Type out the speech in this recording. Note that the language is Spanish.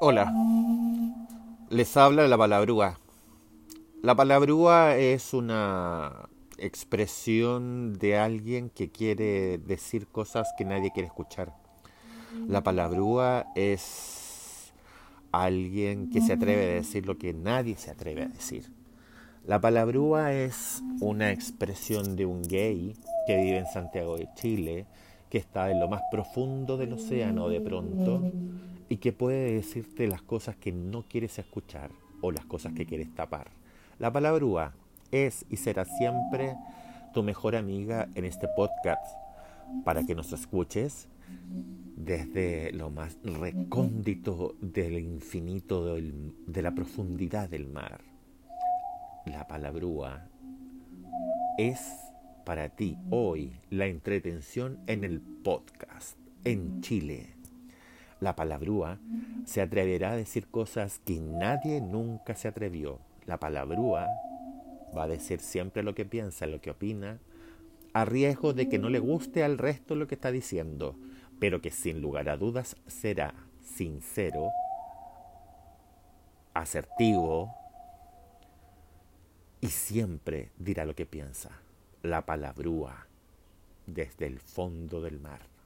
Hola, les habla la palabrúa. La palabrúa es una expresión de alguien que quiere decir cosas que nadie quiere escuchar. La palabrúa es alguien que se atreve a decir lo que nadie se atreve a decir. La palabrúa es una expresión de un gay que vive en Santiago de Chile, que está en lo más profundo del océano de pronto y que puede decirte las cosas que no quieres escuchar o las cosas que quieres tapar. La palabrúa es y será siempre tu mejor amiga en este podcast para que nos escuches desde lo más recóndito del infinito de la profundidad del mar. La palabrúa es para ti hoy la entretención en el podcast en Chile. La palabrúa se atreverá a decir cosas que nadie nunca se atrevió. La palabrúa va a decir siempre lo que piensa, lo que opina, a riesgo de que no le guste al resto lo que está diciendo, pero que sin lugar a dudas será sincero, asertivo y siempre dirá lo que piensa. La palabrúa desde el fondo del mar.